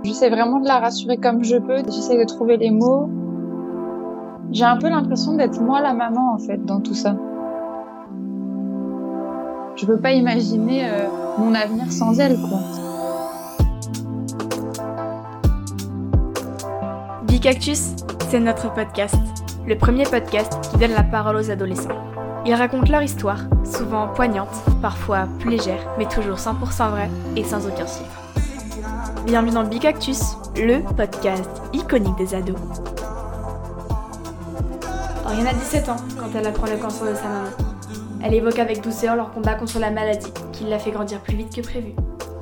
J'essaie vraiment de la rassurer comme je peux. J'essaie de trouver les mots. J'ai un peu l'impression d'être moi la maman, en fait, dans tout ça. Je peux pas imaginer mon avenir sans elle, quoi. Bicactus, c'est notre podcast. Le premier podcast qui donne la parole aux adolescents. Ils racontent leur histoire, souvent poignante, parfois plus légère, mais toujours 100% vraie et sans aucun chiffre. Bienvenue dans Bicactus, le podcast iconique des ados. Oriane a 17 ans quand elle apprend le cancer de sa maman. Elle évoque avec douceur leur combat contre la maladie, qui l'a fait grandir plus vite que prévu.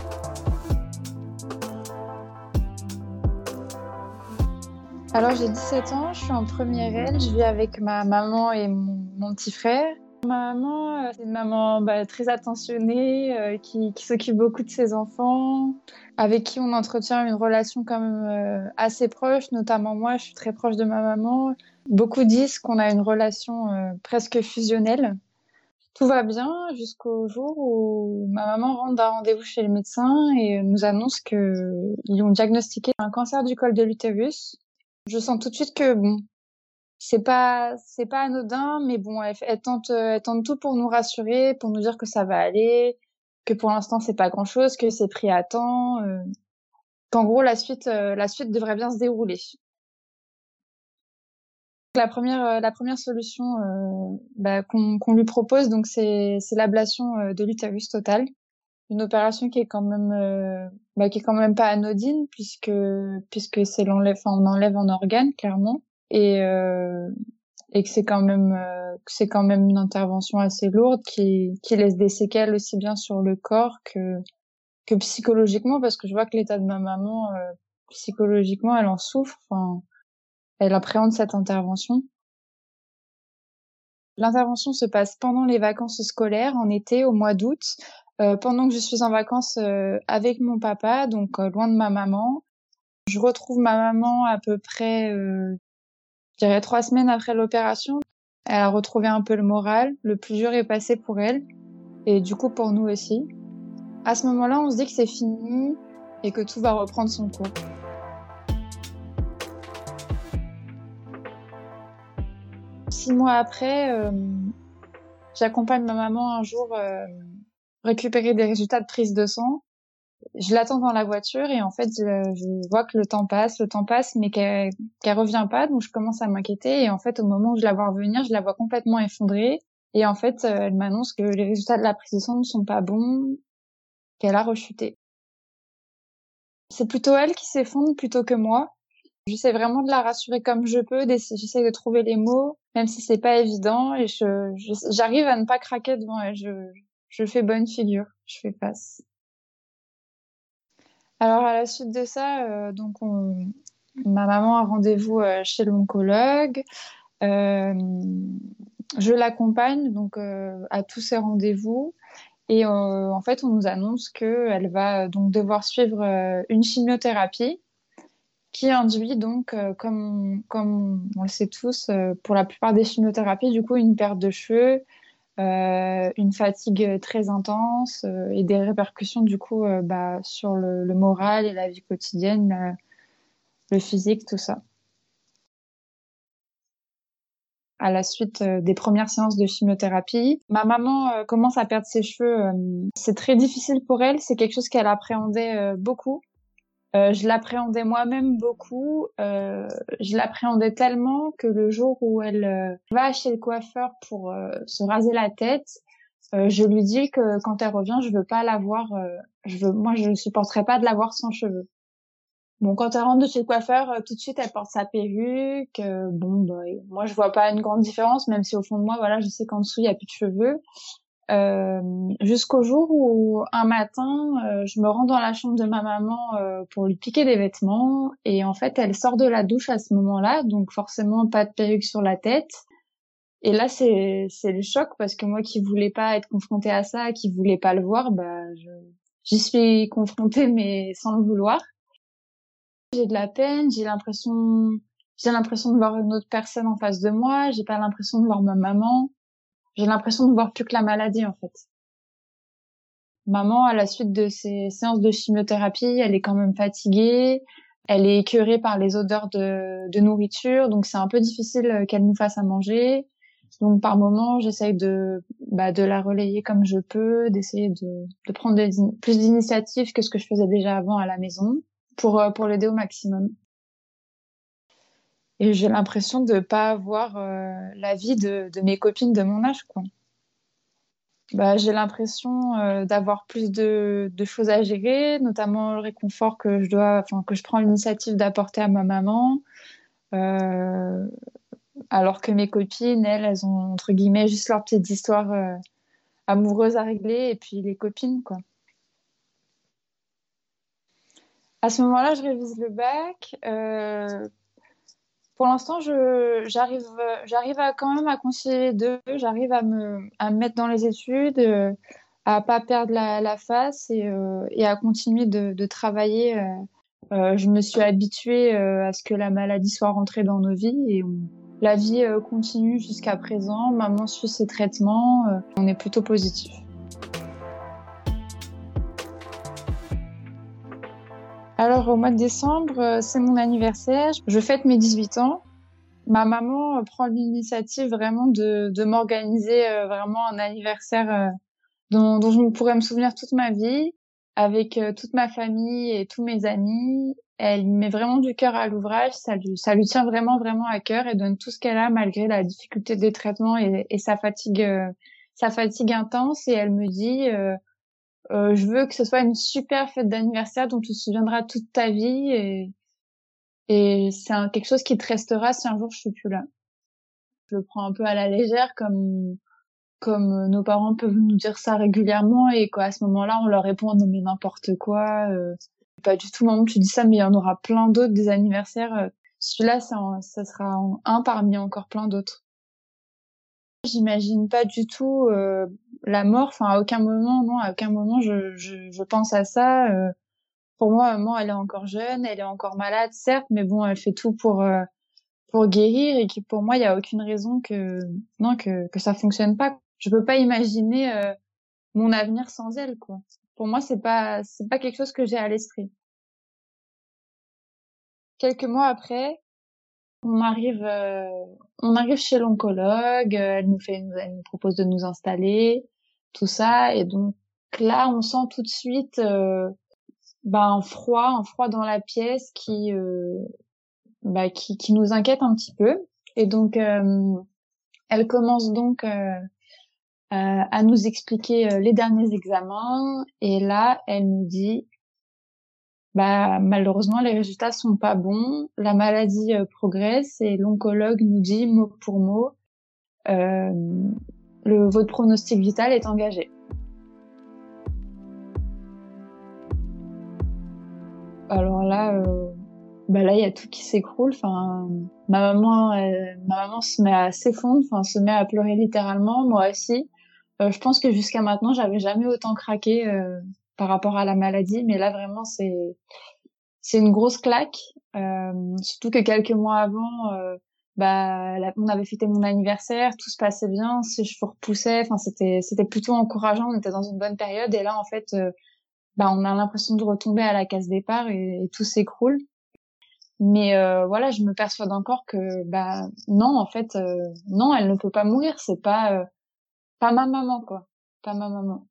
Alors j'ai 17 ans, je suis en première L, je vis avec ma maman et mon petit frère. Ma maman, c'est une maman très attentionnée, qui s'occupe beaucoup de ses enfants, avec qui on entretient une relation quand même assez proche, notamment moi, je suis très proche de ma maman. Beaucoup disent qu'on a une relation presque fusionnelle. Tout va bien jusqu'au jour où ma maman rentre d'un rendez-vous chez le médecin et nous annonce qu'ils lui ont diagnostiqué un cancer du col de l'utérus. Je sens tout de suite que bon, c'est pas anodin, mais bon, elle tente tout pour nous rassurer, pour nous dire que ça va aller, que pour l'instant c'est pas grand-chose, que c'est pris à temps, qu'en gros la suite devrait bien se dérouler. La première solution qu'on lui propose, donc c'est l'ablation de l'utérus total, une opération qui est quand même pas anodine puisque on enlève un organe clairement et que c'est quand même une intervention assez lourde qui laisse des séquelles aussi bien sur le corps que psychologiquement, parce que je vois que l'état de ma maman psychologiquement elle en souffre, enfin elle appréhende cette intervention. L'intervention se passe pendant les vacances scolaires en été au mois d'août, pendant que je suis en vacances avec mon papa, donc loin de ma maman. Je retrouve ma maman à peu près je dirais 3 semaines après l'opération. Elle a retrouvé un peu le moral. Le plus dur est passé pour elle. Et du coup, pour nous aussi. À ce moment-là, on se dit que c'est fini et que tout va reprendre son cours. Six mois après, j'accompagne ma maman un jour récupérer des résultats de prise de sang. Je l'attends dans la voiture et en fait, je vois que le temps passe, mais qu'elle revient pas, donc je commence à m'inquiéter. Et en fait, au moment où je la vois revenir, je la vois complètement effondrée. Et en fait, elle m'annonce que les résultats de la prise de sang ne sont pas bons, qu'elle a rechuté. C'est plutôt elle qui s'effondre plutôt que moi. J'essaie vraiment de la rassurer comme je peux, j'essaie de trouver les mots, même si c'est pas évident, et j'arrive à ne pas craquer devant elle. Je fais bonne figure, je fais face. Alors à la suite de ça, ma maman a rendez-vous chez l'oncologue. Je l'accompagne donc à tous ses rendez-vous et en fait on nous annonce que elle va donc devoir suivre une chimiothérapie qui induit donc comme on le sait tous pour la plupart des chimiothérapies du coup une perte de cheveux, une fatigue très intense et des répercussions du coup sur le moral et la vie quotidienne, le physique, tout ça. À la suite des premières séances de chimiothérapie, ma maman commence à perdre ses cheveux. C'est très difficile pour elle, c'est quelque chose qu'elle appréhendait beaucoup. Je l'appréhendais moi-même beaucoup. Je l'appréhendais tellement que le jour où elle va chez le coiffeur pour se raser la tête, je lui dis que quand elle revient, je veux pas la voir. Moi, je ne supporterais pas de la voir sans cheveux. Bon, quand elle rentre de chez le coiffeur, tout de suite, elle porte sa perruque. Moi, je vois pas une grande différence, même si au fond de moi, voilà, je sais qu'en dessous, il y a plus de cheveux. Jusqu'au jour où un matin, je me rends dans la chambre de ma maman pour lui piquer des vêtements et en fait elle sort de la douche à ce moment-là, donc forcément pas de perruque sur la tête. Et là c'est le choc parce que moi qui voulais pas être confrontée à ça, qui voulais pas le voir, j'y suis confrontée mais sans le vouloir. J'ai de la peine, j'ai l'impression de voir une autre personne en face de moi, j'ai pas l'impression de voir ma maman, j'ai l'impression de voir plus que la maladie en fait. Maman, à la suite de ces séances de chimiothérapie, elle est quand même fatiguée. Elle est écœurée par les odeurs de nourriture, donc c'est un peu difficile qu'elle nous fasse à manger. Donc par moment, j'essaye de la relayer comme je peux, d'essayer de prendre plus d'initiatives que ce que je faisais déjà avant à la maison pour l'aider au maximum. Et j'ai l'impression de pas avoir la vie de mes copines de mon âge, quoi. J'ai l'impression d'avoir plus de choses à gérer, notamment le réconfort que je prends l'initiative d'apporter à ma maman, alors que mes copines, elles ont entre guillemets juste leur petite histoire amoureuse à régler et puis les copines, quoi. À ce moment-là, je révise le bac. Pour l'instant, j'arrive à quand même à concilier les deux. J'arrive à me mettre dans les études, à pas perdre la face et à continuer de travailler. Je me suis habituée à ce que la maladie soit rentrée dans nos vies et la vie continue jusqu'à présent. Maman suit ses traitements. On est plutôt positif. Alors, au mois de décembre, c'est mon anniversaire. Je fête mes 18 ans. Ma maman prend l'initiative vraiment de m'organiser vraiment un anniversaire dont je pourrais me souvenir toute ma vie, avec toute ma famille et tous mes amis. Elle met vraiment du cœur à l'ouvrage. Ça lui tient vraiment, vraiment à cœur et donne tout ce qu'elle a malgré la difficulté des traitements et sa fatigue intense. Et elle me dit... je veux que ce soit une super fête d'anniversaire dont tu te souviendras toute ta vie et c'est quelque chose qui te restera si un jour je suis plus là. Je le prends un peu à la légère comme nos parents peuvent nous dire ça régulièrement et qu'à ce moment-là on leur répond non mais n'importe quoi, pas du tout maman tu dis ça mais il y en aura plein d'autres des anniversaires, celui-là ça sera un parmi encore plein d'autres. J'imagine pas du tout la mort, enfin à aucun moment je pense à ça. Pour moi, maman, elle est encore jeune, elle est encore malade, certes, mais bon, elle fait tout pour guérir et que pour moi, il y a aucune raison que ça fonctionne pas. Je peux pas imaginer mon avenir sans elle, quoi. Pour moi, c'est pas quelque chose que j'ai à l'esprit. Quelques mois après, on arrive chez l'oncologue, elle nous propose de nous installer, tout ça, et donc là, on sent tout de suite un froid dans la pièce qui nous inquiète un petit peu. Et donc, elle commence donc à nous expliquer les derniers examens. Et là, elle nous dit, malheureusement, les résultats sont pas bons. La maladie progresse et l'oncologue nous dit mot pour mot, votre pronostic vital est engagé. Alors là, là il y a tout qui s'écroule. Enfin, ma maman se met à s'effondrer, enfin se met à pleurer littéralement. Moi aussi. Je pense que jusqu'à maintenant, j'avais jamais autant craqué par rapport à la maladie, mais là vraiment c'est une grosse claque. Surtout que quelques mois avant, on avait fêté mon anniversaire, tout se passait bien, ses cheveux repoussaient. Enfin, c'était plutôt encourageant. On était dans une bonne période et là en fait. On a l'impression de retomber à la case départ et tout s'écroule. Mais voilà, je me persuade encore que non, en fait, non, elle ne peut pas mourir. C'est pas ma maman, quoi. Pas ma maman.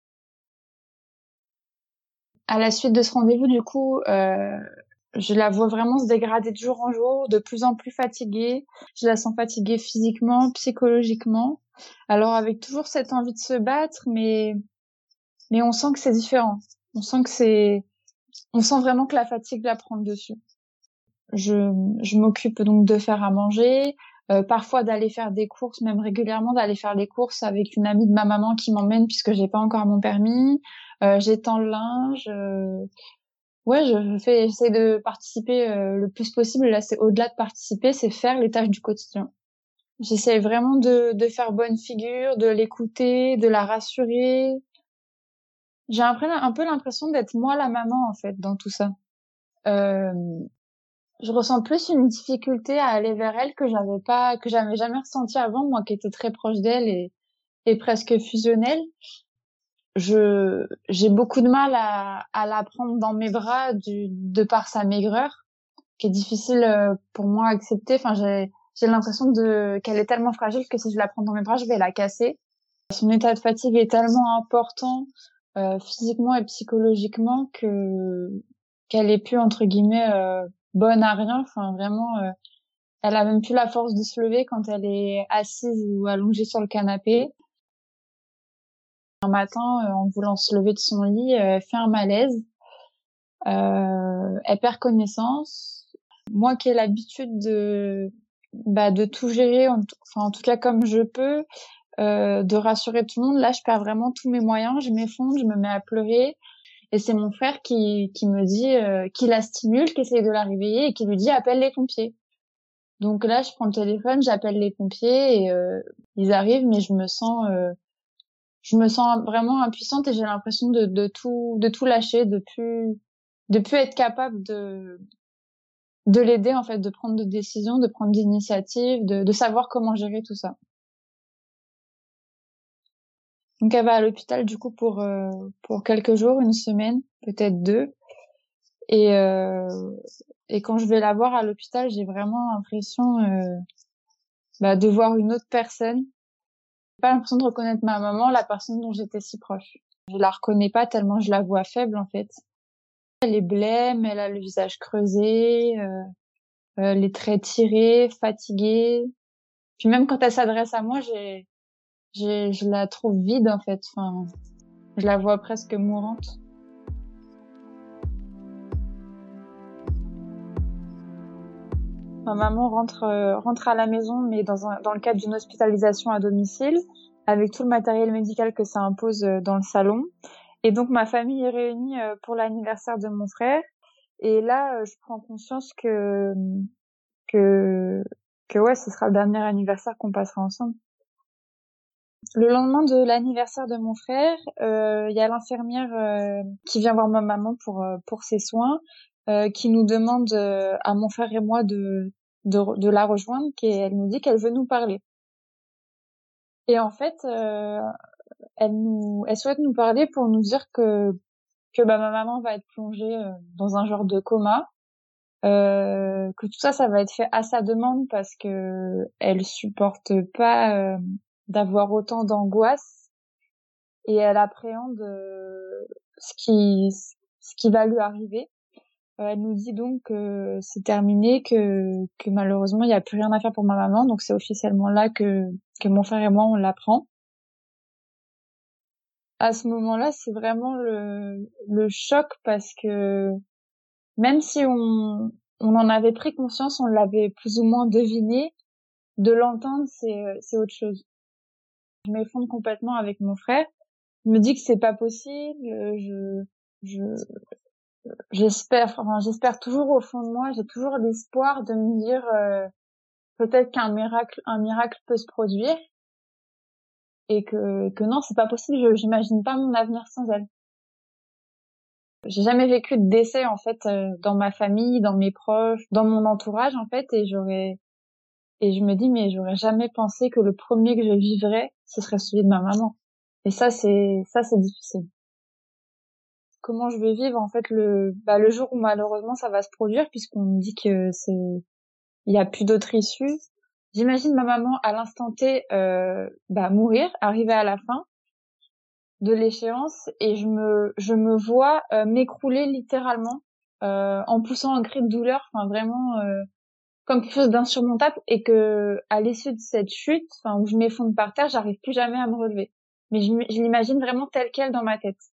À la suite de ce rendez-vous, du coup, je la vois vraiment se dégrader de jour en jour, de plus en plus fatiguée. Je la sens fatiguée physiquement, psychologiquement. Alors avec toujours cette envie de se battre, mais on sent que c'est différent. On sent vraiment que la fatigue la prend dessus. Je m'occupe donc de faire à manger, parfois d'aller faire des courses, même régulièrement d'aller faire les courses avec une amie de ma maman qui m'emmène puisque j'ai pas encore mon permis. J'étends le linge. J'essaie de participer le plus possible. Là, c'est au-delà de participer, c'est faire les tâches du quotidien. J'essaie vraiment de faire bonne figure, de l'écouter, de la rassurer. J'ai un peu l'impression d'être moi la maman en fait dans tout ça. Je ressens plus une difficulté à aller vers elle que j'avais jamais ressenti avant, moi qui étais très proche d'elle et presque fusionnelle. j'ai beaucoup de mal à la prendre dans mes bras de par sa maigreur, qui est difficile pour moi à accepter. Enfin, j'ai l'impression qu'elle est tellement fragile que si je la prends dans mes bras, je vais la casser. Son état de fatigue est tellement important physiquement et psychologiquement qu'elle est plus entre guillemets bonne à rien. Enfin, vraiment, elle a même plus la force de se lever quand elle est assise ou allongée sur le canapé. Un matin, en voulant se lever de son lit, elle fait un malaise. Elle perd connaissance. Moi qui ai l'habitude de tout gérer, en tout cas comme je peux, de rassurer tout le monde, là je perds vraiment tous mes moyens, je m'effondre, je me mets à pleurer. Et c'est mon frère qui me dit, qui la stimule, qui essaye de la réveiller et qui lui dit appelle les pompiers. Donc là je prends le téléphone, j'appelle les pompiers et ils arrivent, mais je me sens vraiment impuissante et j'ai l'impression de tout lâcher, de plus être capable de l'aider, en fait, de prendre des décisions, de prendre des initiatives, de savoir comment gérer tout ça. Donc elle va à l'hôpital du coup pour quelques jours, une semaine, peut-être 2. Et quand je vais la voir à l'hôpital, j'ai vraiment l'impression de voir une autre personne. J'ai pas l'impression de reconnaître ma maman, la personne dont j'étais si proche. Je la reconnais pas tellement je la vois faible en fait. Elle est blême, elle a le visage creusé, les traits tirés, fatiguée. Puis même quand elle s'adresse à moi, je la trouve vide en fait. Enfin, je la vois presque mourante. Ma maman rentre à la maison, mais dans le cadre d'une hospitalisation à domicile, avec tout le matériel médical que ça impose dans le salon. Et donc ma famille est réunie pour l'anniversaire de mon frère. Et là, je prends conscience que ouais, ce sera le dernier anniversaire qu'on passera ensemble. Le lendemain de l'anniversaire de mon frère, y a l'infirmière qui vient voir ma maman pour ses soins, qui nous demande à mon frère et moi de la rejoindre, elle nous dit qu'elle veut nous parler. Et en fait, elle souhaite nous parler pour nous dire que ma maman va être plongée dans un genre de coma, que tout ça va être fait à sa demande parce que elle supporte pas d'avoir autant d'angoisse et elle appréhende ce qui va lui arriver. Elle nous dit donc que c'est terminé, que malheureusement il y a plus rien à faire pour ma maman, donc c'est officiellement là que mon frère et moi on l'apprend. À ce moment-là, c'est vraiment le choc parce que même si on en avait pris conscience, on l'avait plus ou moins deviné, de l'entendre c'est autre chose. Je m'effondre complètement avec mon frère. Je me dis que c'est pas possible, j'espère toujours au fond de moi, j'ai toujours l'espoir de me dire peut-être qu'un miracle peut se produire et que non, c'est pas possible, j'imagine pas mon avenir sans elle. J'ai jamais vécu de décès en fait dans ma famille, dans mes proches, dans mon entourage en fait et je me dis mais j'aurais jamais pensé que le premier que je vivrais, ce serait celui de ma maman. Et ça c'est difficile. Comment je vais vivre en fait le jour où malheureusement ça va se produire puisqu'on me dit que il y a plus d'autre issue. J'imagine ma maman à l'instant T mourir, arriver à la fin de l'échéance et je me vois m'écrouler littéralement en poussant un cri de douleur, enfin vraiment comme quelque chose d'insurmontable et que à l'issue de cette chute, enfin où je m'effondre par terre, j'arrive plus jamais à me relever. Mais je l'imagine vraiment telle quelle dans ma tête.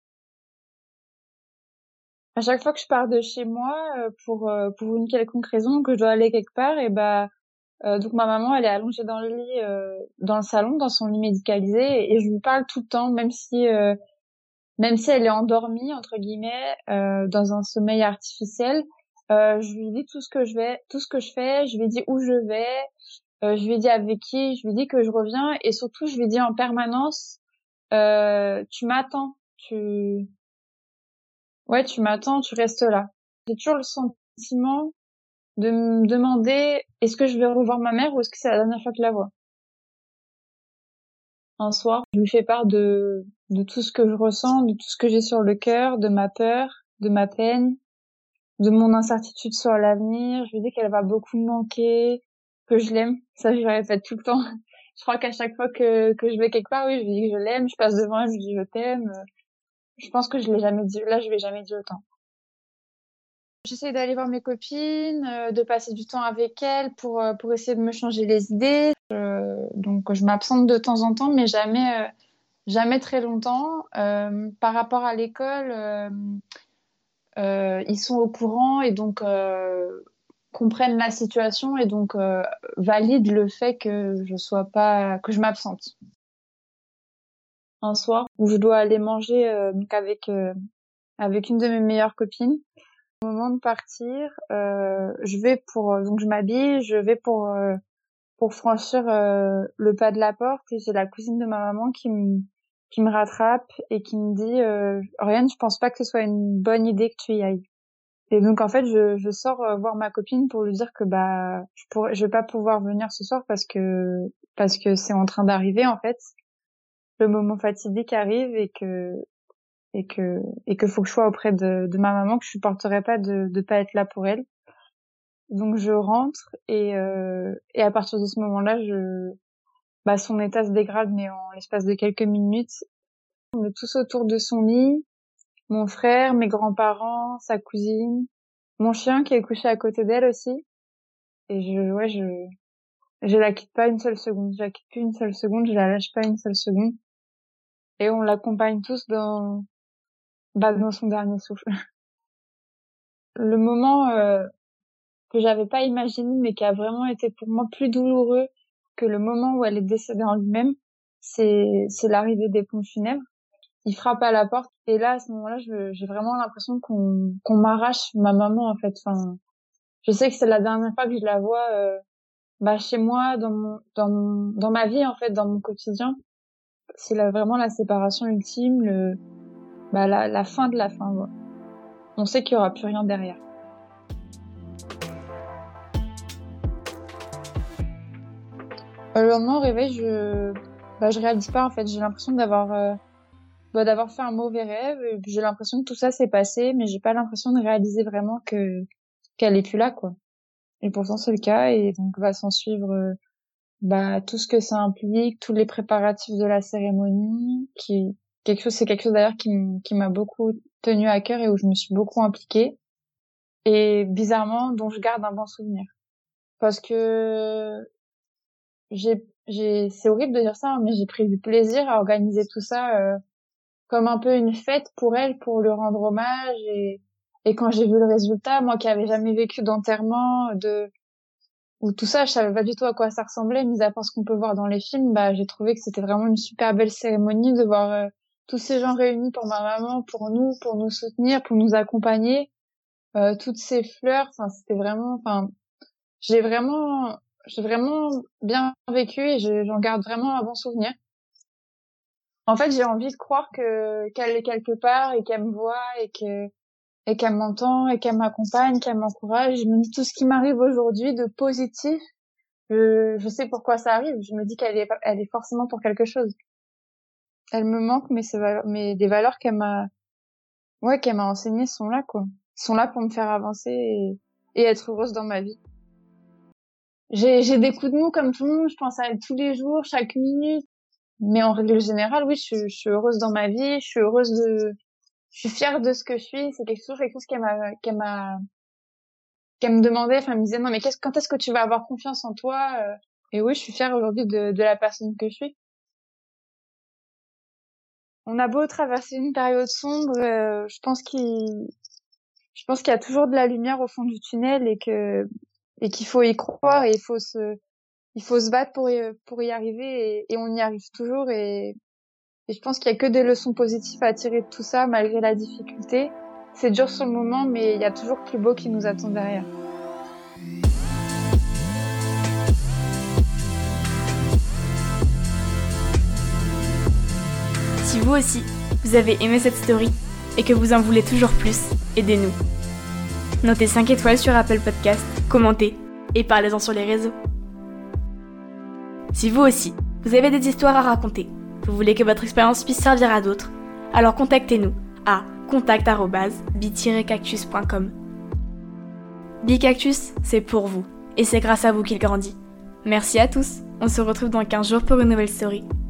À chaque fois que je pars de chez moi pour une quelconque raison que je dois aller quelque part et donc ma maman elle est allongée dans le lit dans le salon dans son lit médicalisé et je lui parle tout le temps même si elle est endormie entre guillemets dans un sommeil artificiel. Je lui dis tout ce que je fais, je lui dis où je vais, je lui dis avec qui, je lui dis que je reviens et surtout je lui dis en permanence tu m'attends, tu m'attends, tu restes là. J'ai toujours le sentiment de me demander est-ce que je vais revoir ma mère ou est-ce que c'est la dernière fois que je la vois. Un soir, je lui fais part de de tout ce que je ressens, de tout ce que j'ai sur le cœur, de ma peur, de ma peine, de mon incertitude sur l'avenir. Je lui dis qu'elle va beaucoup me manquer, que je l'aime. Ça, je le répète tout le temps. Je crois qu'à chaque fois que je vais quelque part, oui, je lui dis que je l'aime. Je passe devant elle, je lui dis je t'aime. Je pense que je l'ai jamais dit. Là, je l'ai jamais dit autant. J'essaie d'aller voir mes copines, de passer du temps avec elles pour essayer de me changer les idées. Donc, je m'absente de temps en temps, mais jamais très longtemps. Par rapport à l'école, ils sont au courant et donc comprennent la situation et donc valident le fait que que je m'absente. Un soir où je dois aller manger avec une de mes meilleures copines. Au moment de partir, donc je m'habille, je vais pour franchir le pas de la porte et j'ai la cousine de ma maman qui me rattrape et qui me dit Oriane, je pense pas que ce soit une bonne idée que tu y ailles. Et donc en fait je sors voir ma copine pour lui dire que je vais pas pouvoir venir ce soir parce que c'est en train d'arriver en fait. Le moment fatidique arrive et que faut que je sois auprès de ma maman, que je supporterais pas de pas être là pour elle. Donc je rentre et à partir de ce moment-là, son état se dégrade mais en l'espace de quelques minutes. On est tous autour de son lit, mon frère, mes grands-parents, sa cousine, mon chien qui est couché à côté d'elle aussi. Et je la quitte pas une seule seconde, je la quitte plus une seule seconde, je la lâche pas une seule seconde. Et on l'accompagne tous dans son dernier souffle. Le moment que j'avais pas imaginé mais qui a vraiment été pour moi plus douloureux que le moment où elle est décédée en lui-même, c'est l'arrivée des pompes funèbres. Il frappe à la porte et là à ce moment-là j'ai vraiment l'impression qu'on m'arrache ma maman en fait. Enfin, je sais que c'est la dernière fois que je la vois chez moi dans ma vie en fait, dans mon quotidien. C'est vraiment la séparation ultime, la fin de la fin. Ouais. On sait qu'il y aura plus rien derrière. Le lendemain au réveil, je réalise pas en fait. J'ai l'impression d'avoir fait un mauvais rêve. Et puis j'ai l'impression que tout ça s'est passé, mais j'ai pas l'impression de réaliser vraiment qu'elle est plus là quoi. Et pourtant c'est le cas et donc va s'en suivre tout ce que ça implique, tous les préparatifs de la cérémonie, c'est quelque chose d'ailleurs qui m'a beaucoup tenu à cœur et où je me suis beaucoup impliquée et bizarrement dont je garde un bon souvenir parce que c'est horrible de dire ça, mais j'ai pris du plaisir à organiser tout ça comme un peu une fête pour elle, pour lui rendre hommage et quand j'ai vu le résultat, moi qui avais jamais vécu d'enterrement, ou tout ça, je savais pas du tout à quoi ça ressemblait, mis à part ce qu'on peut voir dans les films, j'ai trouvé que c'était vraiment une super belle cérémonie de voir tous ces gens réunis pour ma maman, pour nous soutenir, pour nous accompagner, toutes ces fleurs, enfin c'était vraiment, j'ai vraiment bien vécu et j'en garde vraiment un bon souvenir. En fait, j'ai envie de croire qu'elle est quelque part et qu'elle me voit et qu'elle m'entend et qu'elle m'accompagne, qu'elle m'encourage. Je me dis tout ce qui m'arrive aujourd'hui de positif, je sais pourquoi ça arrive. Je me dis qu'elle est forcément pour quelque chose. Elle me manque, mais des valeurs qu'elle m'a enseignées sont là, quoi. Sont là pour me faire avancer et être heureuse dans ma vie. J'ai des coups de mou comme tout le monde, je pense à elle tous les jours, chaque minute. Mais en règle générale, oui, je suis heureuse dans ma vie, je suis fière de ce que je suis. C'est quelque chose qu'elle me demandait, enfin, elle me disait, non, mais quand est-ce que tu vas avoir confiance en toi? Et oui, je suis fière aujourd'hui de la personne que je suis. On a beau traverser une période sombre, je pense qu'il y a toujours de la lumière au fond du tunnel et qu'il faut y croire et il faut se battre pour y arriver et on y arrive toujours et je pense qu'il y a que des leçons positives à tirer de tout ça malgré la difficulté. C'est dur sur le moment, mais il y a toujours plus beau qui nous attend derrière. Si vous aussi, vous avez aimé cette story et que vous en voulez toujours plus, aidez-nous. Notez 5 étoiles sur Apple Podcast, commentez et parlez-en sur les réseaux. Si vous aussi, vous avez des histoires à raconter, Vous voulez que votre expérience puisse servir à d'autres? Alors contactez-nous à contact@bi-cactus.com. Bicactus, c'est pour vous, et c'est grâce à vous qu'il grandit. Merci à tous, on se retrouve dans 15 jours pour une nouvelle story.